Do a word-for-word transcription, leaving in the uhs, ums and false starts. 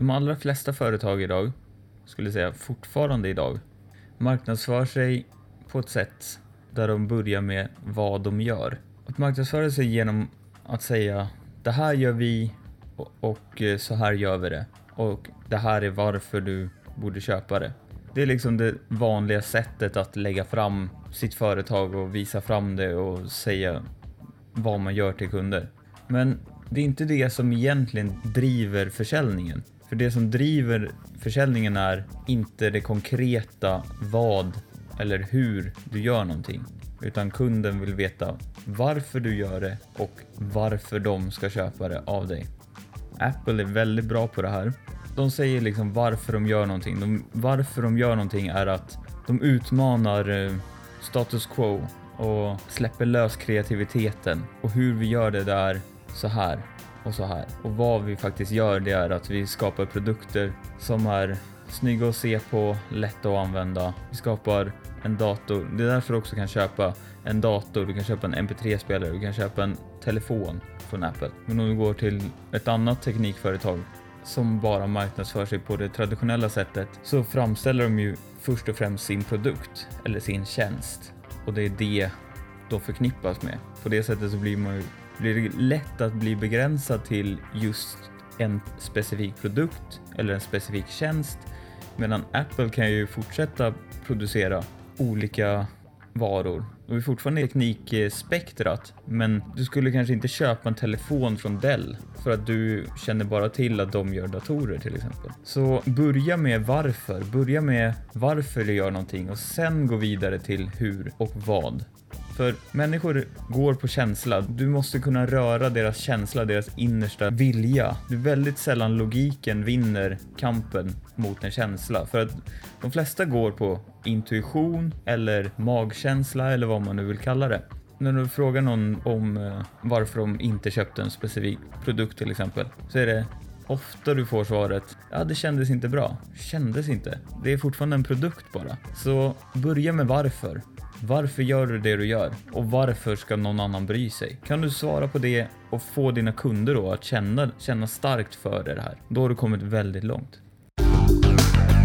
de allra flesta företag idag, skulle säga fortfarande idag, marknadsför sig på ett sätt där de börjar med vad de gör. Att marknadsföra sig genom att säga det här gör vi och, och så här gör vi det. Och det här är varför du borde köpa det. Det är liksom det vanliga sättet att lägga fram sitt företag och visa fram det och säga vad man gör till kunder. Men det är inte det som egentligen driver försäljningen. För det som driver försäljningen är inte det konkreta vad eller hur du gör någonting. Utan kunden vill veta varför du gör det och varför de ska köpa det av dig. Apple är väldigt bra på det här. De säger liksom varför de gör någonting. De, varför de gör någonting är att de utmanar eh, status quo och släpper lös kreativiteten. Och hur vi gör det där så här och så här. Och vad vi faktiskt gör det är att vi skapar produkter som är snygga att se på, lätta att använda. Vi skapar en dator. Det är därför du också kan köpa en dator. Du kan köpa en M P tre-spelare. Du kan köpa en telefon från Apple. Men om du går till ett annat teknikföretag som bara marknadsför sig på det traditionella sättet, så framställer de ju först och främst sin produkt eller sin tjänst. Och det är det de förknippas med. På det sättet så blir man ju, blir det lätt att bli begränsad till just en specifik produkt eller en specifik tjänst. Medan Apple kan ju fortsätta producera olika varor. Och är fortfarande teknikspektrat, men du skulle kanske inte köpa en telefon från Dell för att du känner bara till att de gör datorer till exempel. Så börja med varför. Börja med varför du gör någonting och sen gå vidare till hur och vad. För människor går på känsla. Du måste kunna röra deras känsla, deras innersta vilja. Det är väldigt sällan logiken vinner kampen mot en känsla. För att de flesta går på intuition eller magkänsla eller vad man nu vill kalla det. När du frågar någon om eh, varför de inte köpte en specifik produkt till exempel, så är det ofta du får svaret: ja, det kändes inte bra. Kändes inte. Det är fortfarande en produkt bara. Så börja med varför. Varför gör du det du gör? Och varför ska någon annan bry sig? Kan du svara på det och få dina kunder då att känna, känna starkt för det här? Då har du kommit väldigt långt.